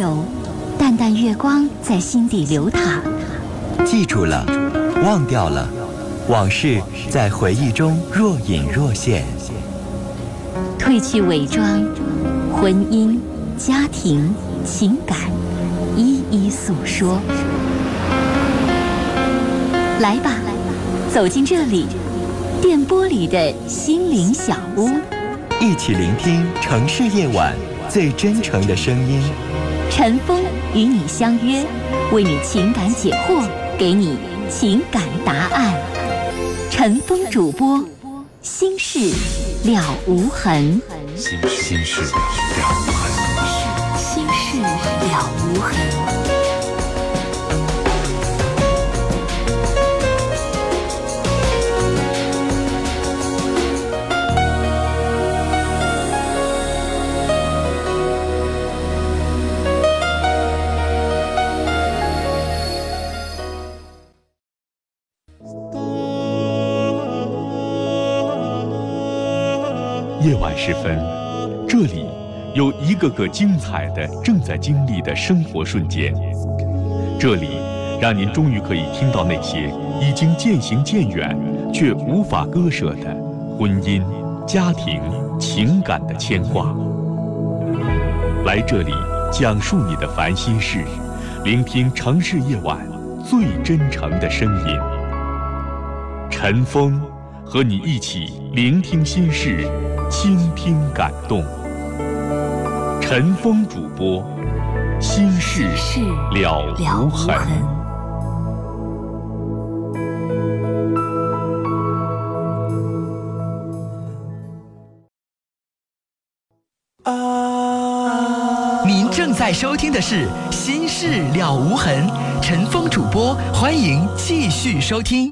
柔，淡淡月光在心底流淌。 记住了，忘掉了，往事在回忆中若隐若现。 褪去伪装，婚姻、家庭、情感，一一诉说。来吧，走进这里，电波里的心灵小屋， 一起聆听城市夜晚最真诚的声音。 陈峰与你相约，为你情感解惑，给你情感答案。陈峰主播，心事了无痕。 心事了无痕。 心事了无痕。 夜晚时分，这里有一个个精彩的正在经历的生活瞬间，这里让您终于可以听到那些已经渐行渐远却无法割舍的婚姻、家庭、情感的牵挂。来这里讲述你的烦心事，聆听城市夜晚最真诚的声音。陈峰和你一起聆听心事，倾听感动。陈峰主播，心事了无痕。 您正在收听的是《心事了无痕》，陈峰主播，欢迎继续收听。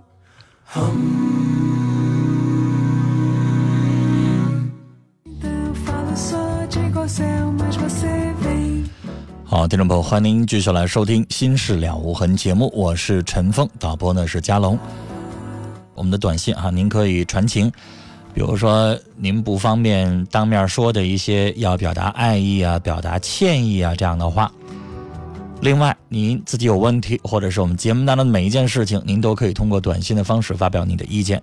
好，听众朋友，欢迎您继续来收听《心事了无痕》节目，我是陈峰，导播呢是嘉龙。我们的短信啊，您可以传情，比如说您不方便当面说的一些要表达爱意啊、表达歉意啊这样的话。另外，您自己有问题，或者是我们节目当中的每一件事情，您都可以通过短信的方式发表你的意见。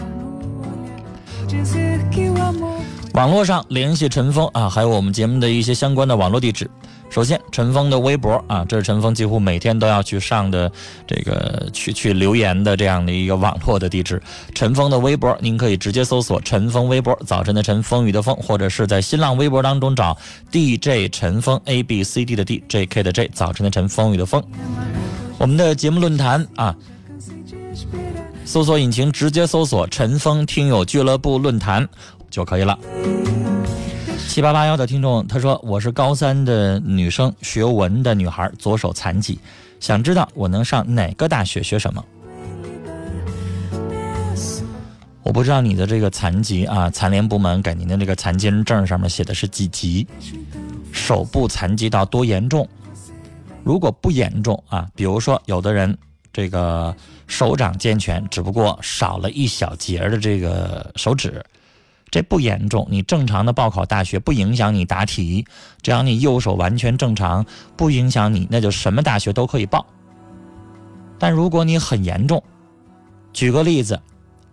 网络上联系陈峰啊，还有我们节目的一些相关的网络地址。首先，陈峰的微博啊，这是陈峰几乎每天都要去上的这个去留言的这样的一个网络的地址。陈峰的微博，您可以直接搜索陈峰微博，早晨的晨，风雨的风，或者是在新浪微博当中找 DJ 陈峰 ABCD 的 D，JK 的 J， 早晨的晨，风雨的风。我们的节目论坛啊，搜索引擎直接搜索陈峰听友俱乐部论坛就可以了。7881的听众他说，我是高3的女生，学文的女孩，左手残疾，想知道我能上哪个大学学什么。我不知道你的这个残疾啊，残联部门给您的这个残疾人证上面写的是几级，手部残疾到多严重。如果不严重啊，比如说有的人这个手掌健全，只不过少了一小节的这个手指，这不严重，你正常的报考大学，不影响你答题，只要你右手完全正常，不影响你，那就什么大学都可以报。但如果你很严重，举个例子，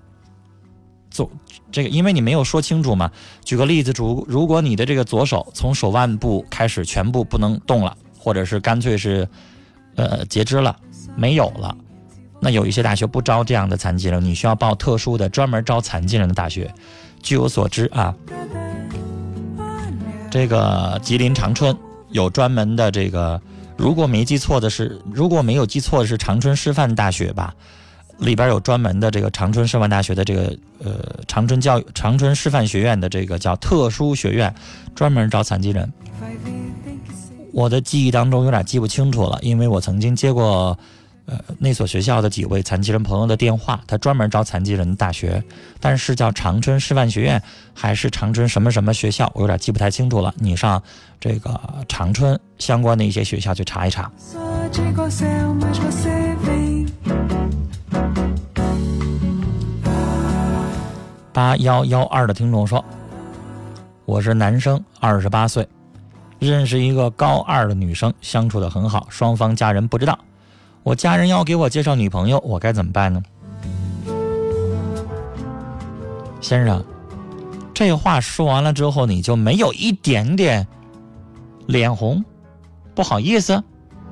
这个因为你没有说清楚嘛，举个例子，如果你的这个左手从手腕部开始全部不能动了，或者是干脆是截肢了，没有了，那有一些大学不招这样的残疾人，你需要报特殊的专门招残疾人的大学。据我所知啊，这个吉林长春有专门的这个，如果没有记错的是长春师范大学吧，里边有专门的这个长春师范大学的这个长春师范学院的这个叫特殊学院，专门招残疾人。我的记忆当中有点记不清楚了，因为我曾经接过那所学校的几位残疾人朋友的电话，他专门招残疾人大学，但是叫长春师范学院还是长春什么什么学校，我有点记不太清楚了。你上这个长春相关的一些学校去查一查。8112的听众说，我是男生，28岁， 认识一个高2的女生，相处得很好，双方家人不知道，我家人要给我介绍女朋友，我该怎么办呢？先生，这话说完了之后，你就没有一点点脸红不好意思？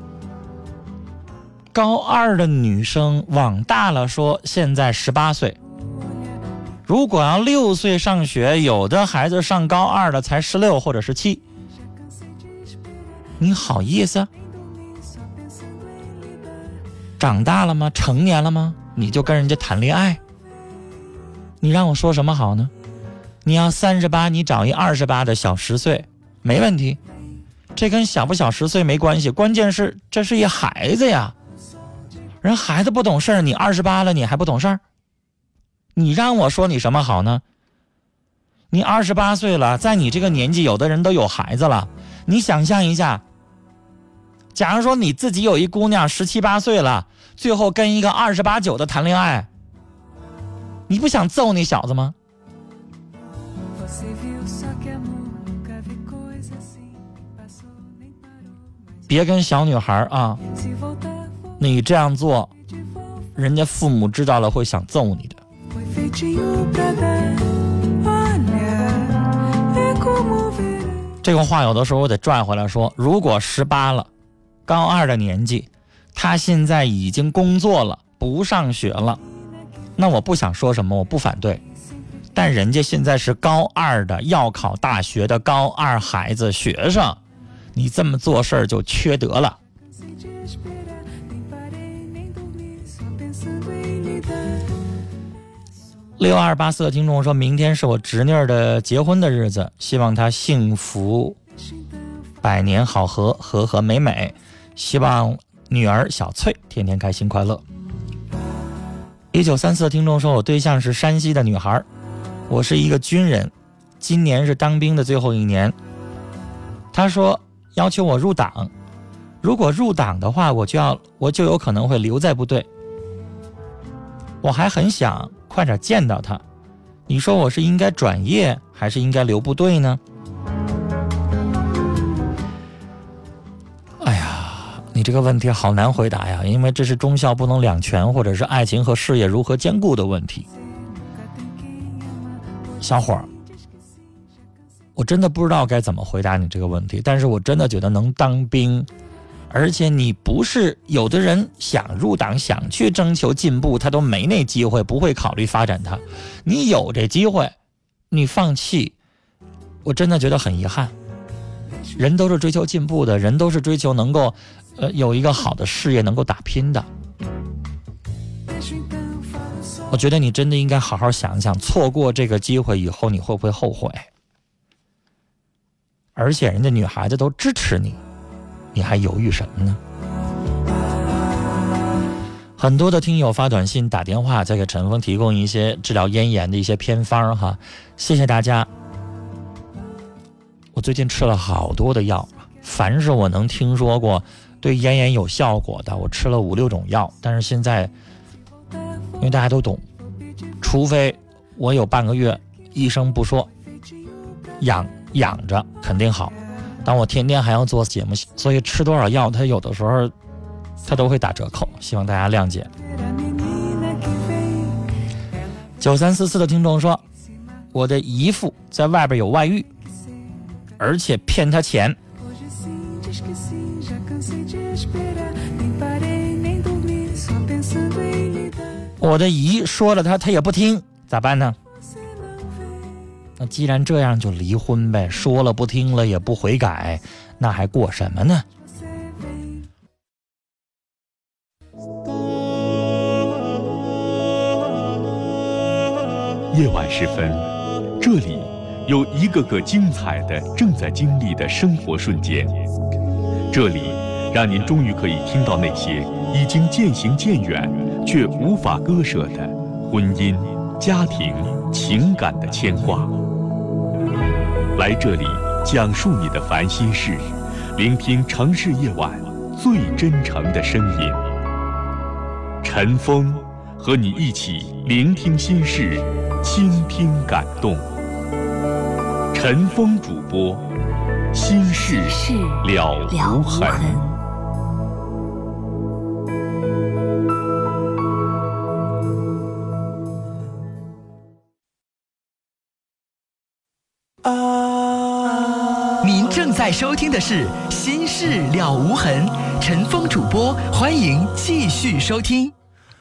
高2的女生往大了说，现在18岁，如果要6岁上学，有的孩子上高2的才16或者17，你好意思？长大了吗？成年了吗？你就跟人家谈恋爱？你让我说什么好呢？你要38，你找一28的小10岁没问题，这跟小不小10岁没关系，关键是这是一孩子呀，人孩子不懂事儿，你28了你还不懂事儿？你让我说你什么好呢？你28岁了，在你这个年纪有的人都有孩子了，你想象一下，假如说你自己有一姑娘17、18岁了，最后跟一个28、9的谈恋爱，你不想揍你小子吗？别跟小女孩啊，你这样做，人家父母知道了会想揍你的。这个话有的时候我得拽回来说，如果18了，高2的年纪，他现在已经工作了，不上学了，那我不想说什么，我不反对。但人家现在是高2的，要考大学的高2孩子学生，你这么做事儿就缺德了。6284的听众说，明天是我侄女的结婚的日子，希望她幸福百年好合，和和美美，希望女儿小翠天天开心快乐。1934的听众说，我对象是山西的女孩，我是一个军人，今年是当兵的最后一年，他说要求我入党，如果入党的话，我就有可能会留在部队，我还很想快点见到他，你说我是应该转业还是应该留部队呢？哎呀，你这个问题好难回答呀，因为这是忠孝不能两全，或者是爱情和事业如何兼顾的问题。小伙儿，我真的不知道该怎么回答你这个问题，但是我真的觉得能当兵，而且你不是有的人想入党想去征求进步，他都没那机会，不会考虑发展他，你有这机会你放弃，我真的觉得很遗憾。人都是追求进步的，人都是追求能够有一个好的事业能够打拼的。我觉得你真的应该好好想想，错过这个机会以后你会不会后悔？而且人家女孩子都支持你，你还犹豫什么呢？很多的听友发短信打电话，再给陈峰提供一些治疗咽炎的一些偏方哈，谢谢大家。我最近吃了好多的药，凡是我能听说过对咽炎有效果的，我吃了5、6种药，但是现在因为大家都懂，除非我有半个月医生不说养着肯定好，但我天天还要做节目，所以吃多少药它有的时候它都会打折扣，希望大家谅解。9344的听众说，我的姨父在外边有外遇，而且骗他钱，我的姨说了他也不听，咋办呢？那既然这样就离婚呗，说了不听了也不悔改，那还过什么呢？ 夜晚时分，这里有一个个精彩的正在经历的生活瞬间，这里让您终于可以听到那些已经渐行渐远却无法割舍的婚姻、家庭、情感的牵挂。来这里讲述你的烦心事，聆听城市夜晚最真诚的声音。陈峰和你一起聆听心事，倾听感动。陈峰主播， 心事了无痕。 您正在收听的是《心事了无痕》，陈峰主播，欢迎继续收听。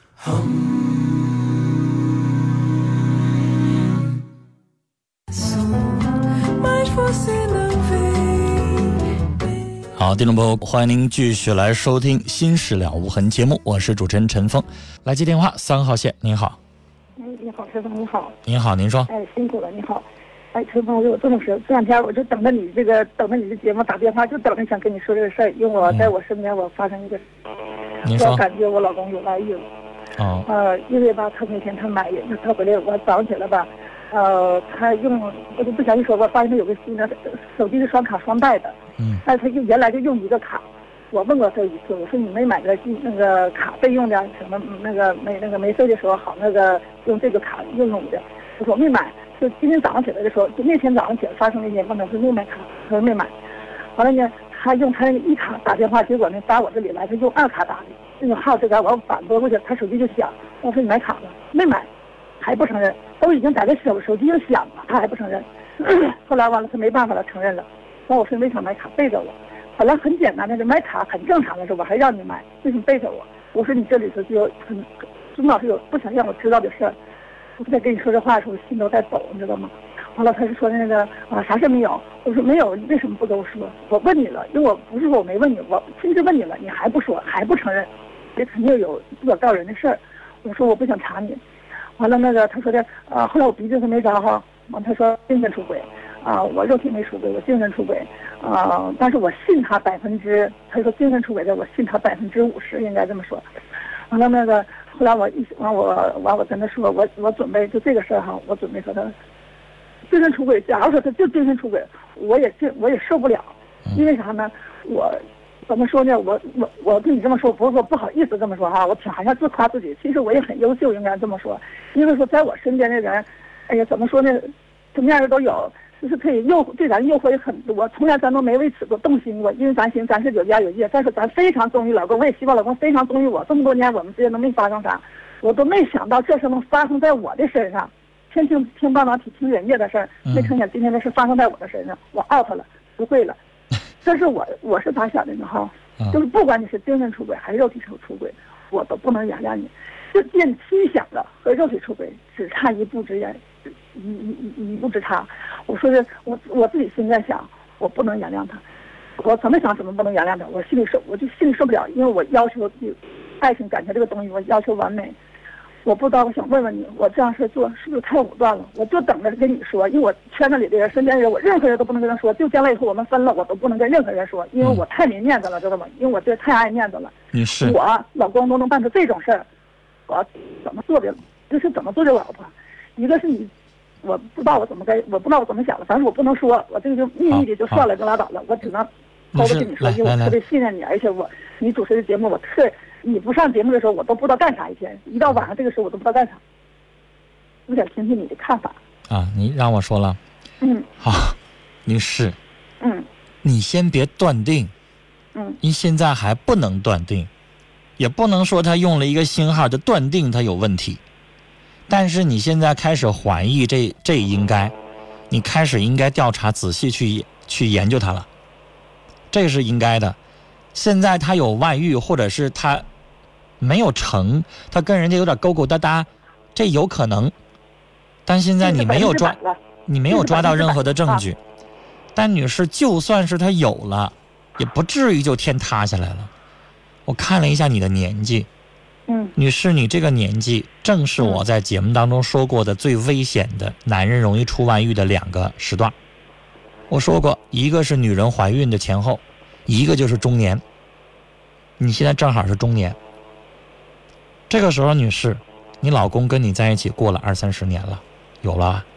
好，听众朋友，欢迎您继续来收听《心事了无痕》节目，我是主持人陈峰。来接电话，3号线，您好。 你好，陈峰，你好。 您好，您说。 辛苦了，你好。陈峰，我这么说，这两天我就等着你的节目打电话，就等着想跟你说这个事儿，因为我在我身边我发生一个，我感觉我老公有外遇了。因为吧，他那天他回来，我早上起来吧，他我就不小心说，我发现他有个新的手机是双卡双待的，但是他原来就用一个卡。我问过他一次，我说你没买个那个卡备用的，什么没费的时候好用这个卡用的，我说没买。就今天早上起来的时候，就那天早上起来发生那件，问他说没买卡，他说没买。完了呢，他用他那个1卡打电话，结果呢打我这里来，他用2卡打的，那个号这边我反拨过去，他手机就响。我说你买卡了没买？还不承认，都已经在这手机上响了，他还不承认。后来完了，他没办法了，承认了。我说为啥买卡背着我？本来很简单的，买卡很正常的时候，我还让你买，为什么背着我？我说你这里头就有钟老师有不想让我知道的事儿。我在跟你说这话的时候，心都在抖，你知道吗？完了，他就说那个啥事没有。我说没有，你为什么不跟我说？我问你了，因为我不是说我没问你，我亲自问你了，你还不说，还不承认，这肯定有不可告人的事儿。我说我不想查你。完了他说的后来我鼻子他没扎哈，完他说精神出轨我肉体没出轨，我精神出轨但是我信他他说精神出轨的，我信他50%，应该这么说。完了后来我跟他说，我准备就这个事儿哈，我准备说他精神出轨，假如说他就精神出轨，我也受不了，因为啥呢？我怎么说呢？我跟你这么说，不是说不好意思这么说哈，我挺好像自夸自己，其实我也很优秀，应该这么说，因为说在我身边的人，哎呀，怎么说呢？什么样的都有。就是可以对咱诱惑也很多，从来咱都没为此过动心过，因为咱是有家有业。再说咱非常忠于老公，我也希望老公非常忠于我。这么多年我们之间都没发生啥，我都没想到这事能发生在我的身上。天听半导体听人家的事儿，没成想今天的事发生在我的身上，我 out 了，不会了。这是我是咋想的呢哈？就是不管你是精神出轨还是肉体出轨，我都不能原谅你。就见心想的和肉体出轨只差一步之遥，一步之差。我说的我自己心在想，我不能原谅他，我怎么想怎么不能原谅他，我就心里受不了，因为我要求爱情感情这个东西，我要求完美。我不知道，我想问问你，我这样事做是不是太武断了？我就等着跟你说，因为我圈子里的人、身边的人，我任何人都不能跟他说。就将来以后我们分了，我都不能跟任何人说，因为我太没面子了，知道吗？因为我这太爱面子了。我老公都能办出这种事儿，我怎么做的？这是怎么做的老婆？一个是你。我不知道我怎么想的，反正我不能说，我这个就秘密的就算了，就拉倒了。我只能偷着跟你说，因为我特别信任你，而且你主持的节目，你不上节目的时候，我都不知道干啥一天，一到晚上这个时候我都不知道干啥。我想听听你的看法。 你让我说了。好，女士。你先别断定。你现在还不能断定，也不能说他用了一个星号就断定他有问题。但是你现在开始怀疑，这你开始应该调查仔细去研究他了，这是应该的。现在他有外遇，或者是他没有成，他跟人家有点勾勾搭搭，这有可能。但现在你没有抓到任何的证据。但女士，就算是他有了，也不至于就天塌下来了。我看了一下你的年纪。女士，你这个年纪正是我在节目当中说过的最危险的男人容易出外遇的2个时段。我说过，一个是女人怀孕的前后，一个就是中年。你现在正好是中年，这个时候女士，你老公跟你在一起过了20-30年了，有了吧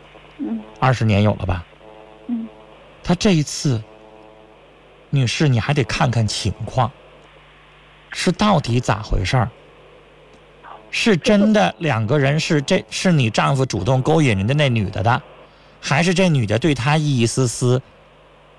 ？20年有了吧？他这一次，女士你还得看看情况，是到底咋回事儿？是真的2个人是你丈夫主动勾引人的那女的，还是这女的对他一丝丝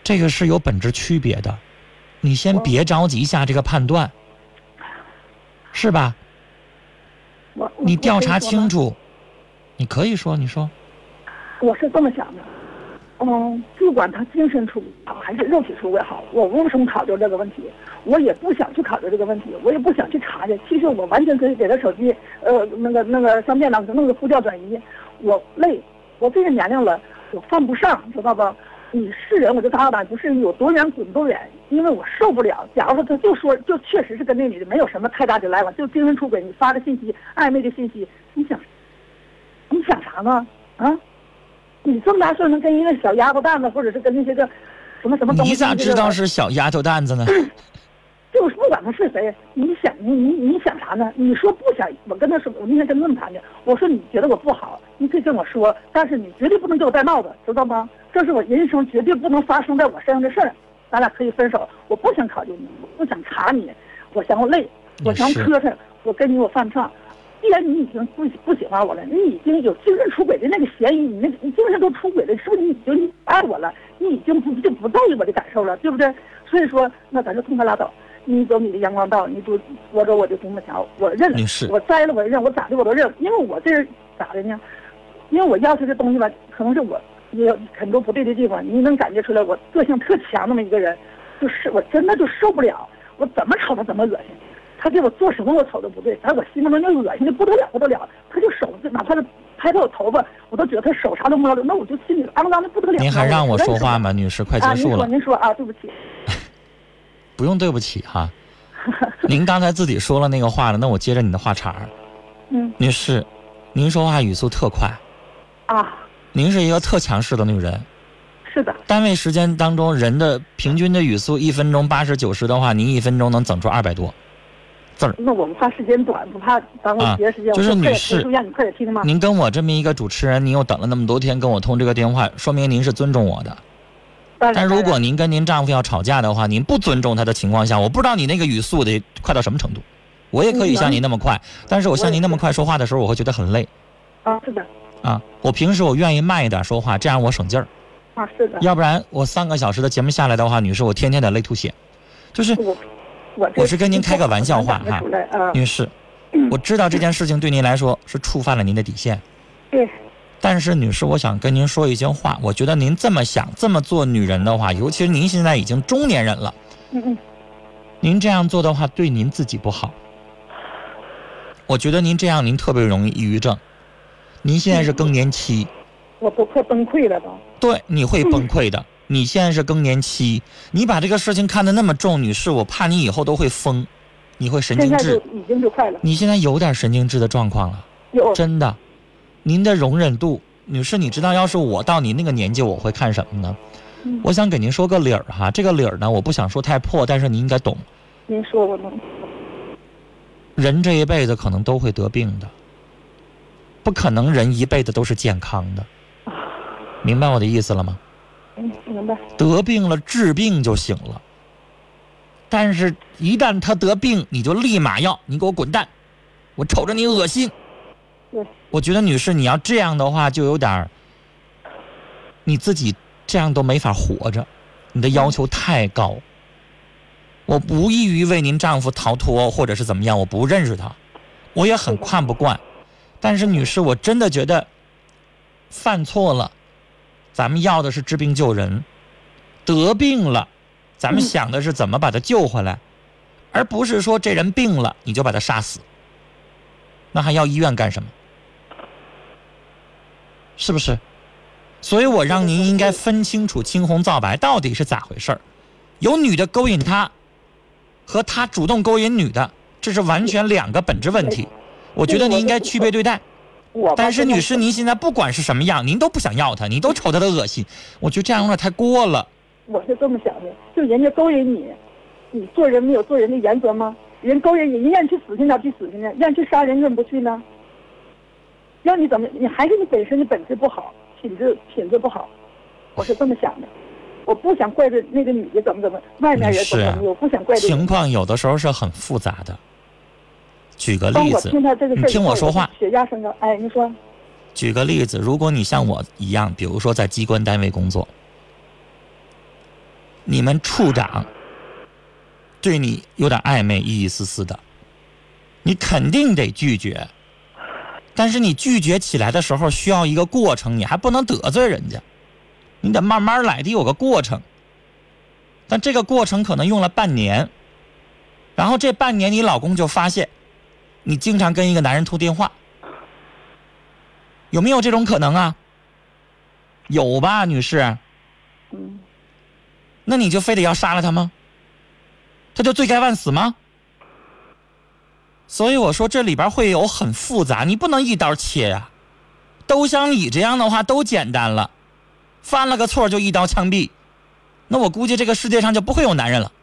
这个是有本质区别的，你先别着急下这个判断，是吧？你调查清楚，你可以说，你说。 我是这么想的，不管他精神出轨好还是肉体出轨好，我无从考虑这个问题，我也不想去考虑这个问题，我也不想去查去。其实我完全可以给他手机，那个上电脑弄个呼叫转移。我累，我这个年龄了，我犯不上，知道吧？你是人我就打打，不是有多远滚多远，因为我受不了。假如说他就确实是跟那女的没有什么太大的来往，就精神出轨，你发的信息暧昧的信息，你想啥呢？啊？你这么大岁数能跟一个小丫头蛋子，或者是跟那些个什么东西？ 你咋知道是小丫头蛋子呢？ 就是不管他是谁，你想啥呢？你说不想，我跟他说，我那天跟论坛去，我说你觉得我不好，你可以跟我说，但是你绝对不能给我带帽子，知道吗？这是我人生绝对不能发生在我身上的事儿，咱俩可以分手。我不想考虑你，我不想查你，我嫌我累，我嫌磕碜，我跟你我犯唱。既然你已经不喜欢我了，你已经有精神出轨的那个嫌疑，你精神都出轨了，是不是你已经不爱我了？你已经不在意我的感受了，对不对？所以说，那咱就痛快拉倒。你走你的阳光道，我走我的独木桥，我认了。我栽了我认，我咋的我都认，因为我这人咋的呢？因为我要求这东西吧，可能是我也有很多不对的地方，你能感觉出来，我个性特强那么一个人，就是我真的就受不了，我怎么瞅他怎么恶心。他给我做什么我瞅的不对，在我心目中就恶心的不得了。他就手哪怕是拍到我头发，我都觉得他手啥都摸了，那我就心里肮脏的不得了。 您还让我说话吗，女士？快结束了。 您说啊，对不起。 不用对不起哈，您刚才自己说了那个话了，那我接着你的话茬儿。女士，您说话语速特快。 啊。 您是一个特强势的女人。 是的。 单位时间当中，人的平均的语速1分钟80、90的话，您1分钟能整出200多。 那我们怕时间短，不怕耽误别的时间。 就是女士， 让你快点听吗？ 您跟我这么一个主持人，您又等了那么多天跟我通这个电话，说明您是尊重我的。但如果您跟您丈夫要吵架的话，您不尊重他的情况下，我不知道你那个语速得快到什么程度。我也可以像您那么快，但是我像您那么快说话的时候，我会觉得很累。 是的。 我平时我愿意慢一点说话，这样我省劲儿。 是的。 要不然我3个小时的节目下来的话，女士，我天天得累吐血。就是我是跟您开个玩笑话哈，女士，我知道这件事情对您来说是触犯了您的底线。 对。 但是女士，我想跟您说一些话，我觉得您这么想这么做女人的话，尤其是您现在已经中年人了，您这样做的话对您自己不好。我觉得您这样您特别容易抑郁症。您现在是更年期。 我都快崩溃了都。对， 你会崩溃的。你现在是更年期，你把这个事情看得那么重，女士，我怕你以后都会疯，你会神经质。 现在就已经就快了。 你现在有点神经质的状况了。 有。 真的。您的容忍度，女士，你知道要是我到你那个年纪我会看什么呢？我想给您说个理儿哈，这个理儿呢我不想说太破，但是你应该懂。 您说我能。 人这一辈子可能都会得病的，不可能人一辈子都是健康的。明白我的意思了吗？ 明白。 得病了治病就行了，但是一旦他得病，你就立马要你给我滚蛋，我瞅着你恶心。我觉得女士你要这样的话就有点你自己这样都没法活着，你的要求太高。我不易于为您丈夫逃脱或者是怎么样，我不认识他，我也很看不惯。但是女士，我真的觉得犯错了，咱们要的是治病救人，得病了咱们想的是怎么把他救回来，而不是说这人病了你就把他杀死，那还要医院干什么？是不是？所以我让您应该分清楚青红皂白到底是咋回事儿。有女的勾引他和他主动勾引女的，这是完全2个本质问题，我觉得您应该区别对待。但是女士，您现在不管是什么样，您都不想要他，你都瞅他的恶心，我觉得这样有点太过了。 我是这么想的，就人家勾引你，你做人没有做人的原则吗？人勾引你，人愿意去死去哪去死去呢？愿意去杀人怎么不去呢？要你怎么，你还是你本身的本质不好，品质不好，我是这么想的。我不想怪罪那个女的怎么，外面人怎么，我不想怪罪。 情况有的时候是很复杂的。举个例子，你听我说话。 血压升高，哎，你说。 举个例子，如果你像我一样，比如说在机关单位工作， 你们处长对你有点暧昧，一丝丝的，你肯定得拒绝。但是你拒绝起来的时候需要一个过程，你还不能得罪人家，你得慢慢来，得有个过程。但这个过程可能用了半年，然后这半年你老公就发现你经常跟一个男人通电话，有没有这种可能啊？有吧，女士？那你就非得要杀了他吗？他就罪该万死吗？所以我说这里边会有很复杂，你不能一刀切呀。都像你这样的话都简单了，犯了个错就一刀枪毙，那我估计这个世界上就不会有男人了。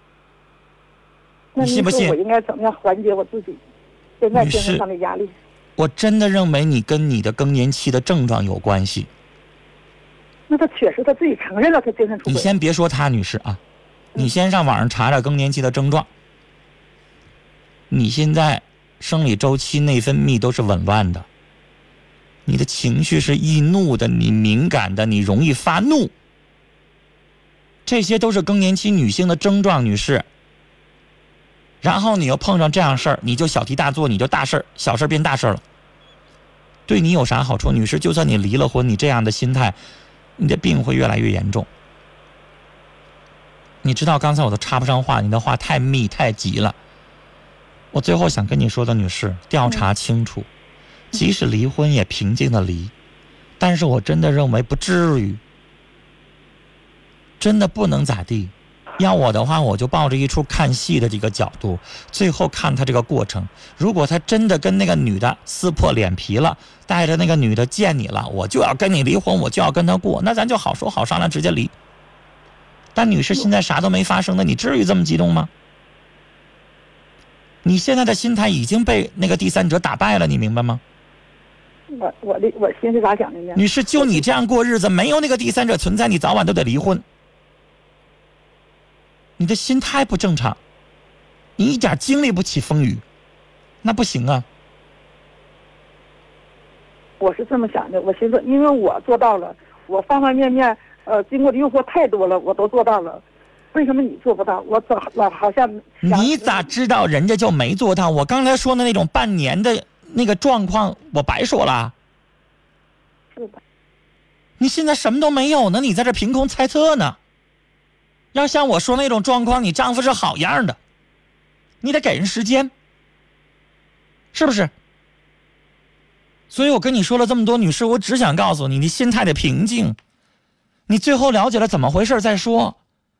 你信不信？ 我应该怎么样缓解我自己现在精神上的压力？ 我真的认为你跟你的更年期的症状有关系。 那他确实他自己承认了他精神出轨。 你先别说他，女士啊，你先上网上查查更年期的症状。你现在生理周期内分泌都是紊乱的，你的情绪是易怒的，你敏感的，你容易发怒，这些都是更年期女性的症状，女士。然后你又碰上这样事儿，你就小题大做，你就大事儿小事变大事了。对你有啥好处？女士，就算你离了婚，你这样的心态，你的病会越来越严重。你知道刚才我都插不上话，你的话太密太急了。我最后想跟你说的，女士，调查清楚，即使离婚也平静的离，但是我真的认为不至于，真的不能咋地。要我的话，我就抱着一出看戏的这个角度，最后看他这个过程。如果他真的跟那个女的撕破脸皮了，带着那个女的见你了，我就要跟你离婚，我就要跟他过，那咱就好说好商量，直接离。但女士现在啥都没发生的，你至于这么激动吗？你现在的心态已经被那个第三者打败了，你明白吗？ 我心是咋想的呢？ 女士，就你这样过日子，没有那个第三者存在，你早晚都得离婚。你的心态不正常，你一点经历不起风雨，那不行啊。 我是这么想的，我寻思，因为我做到了，我方方面面，经过的诱惑太多了，我都做到了。为什么你做不到？我老好像你咋知道人家就没做到？我刚才说的那种半年的那个状况，我白说了。 是的。 你现在什么都没有呢，你在这凭空猜测呢。要像我说那种状况，你丈夫是好样的，你得给人时间，是不是？所以我跟你说了这么多，女士，我只想告诉你，你心态得平静，你最后了解了怎么回事再说。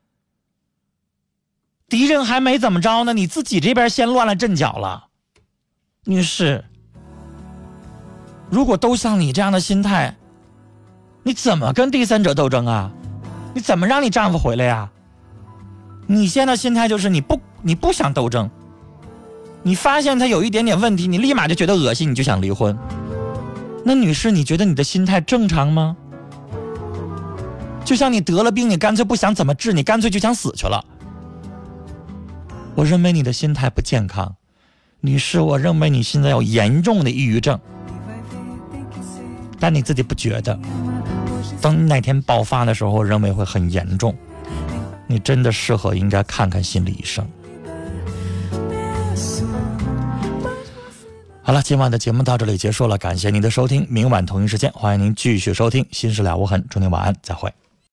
敌人还没怎么着呢，你自己这边先乱了阵脚了。女士，如果都像你这样的心态，你怎么跟第三者斗争啊？你怎么让你丈夫回来呀？你现在心态就是你不想斗争，你发现他有一点点问题，你立马就觉得恶心，你就想离婚。那女士，你觉得你的心态正常吗？就像你得了病，你干脆不想怎么治，你干脆就想死去了。我认为你的心态不健康，女士，我认为你现在有严重的抑郁症，但你自己不觉得。等哪天爆发的时候，我认为会很严重，你真的适合应该看看心理医生。好了，今晚的节目到这里结束了，感谢您的收听，明晚同一时间欢迎您继续收听《心事了无痕》，祝您晚安，再会。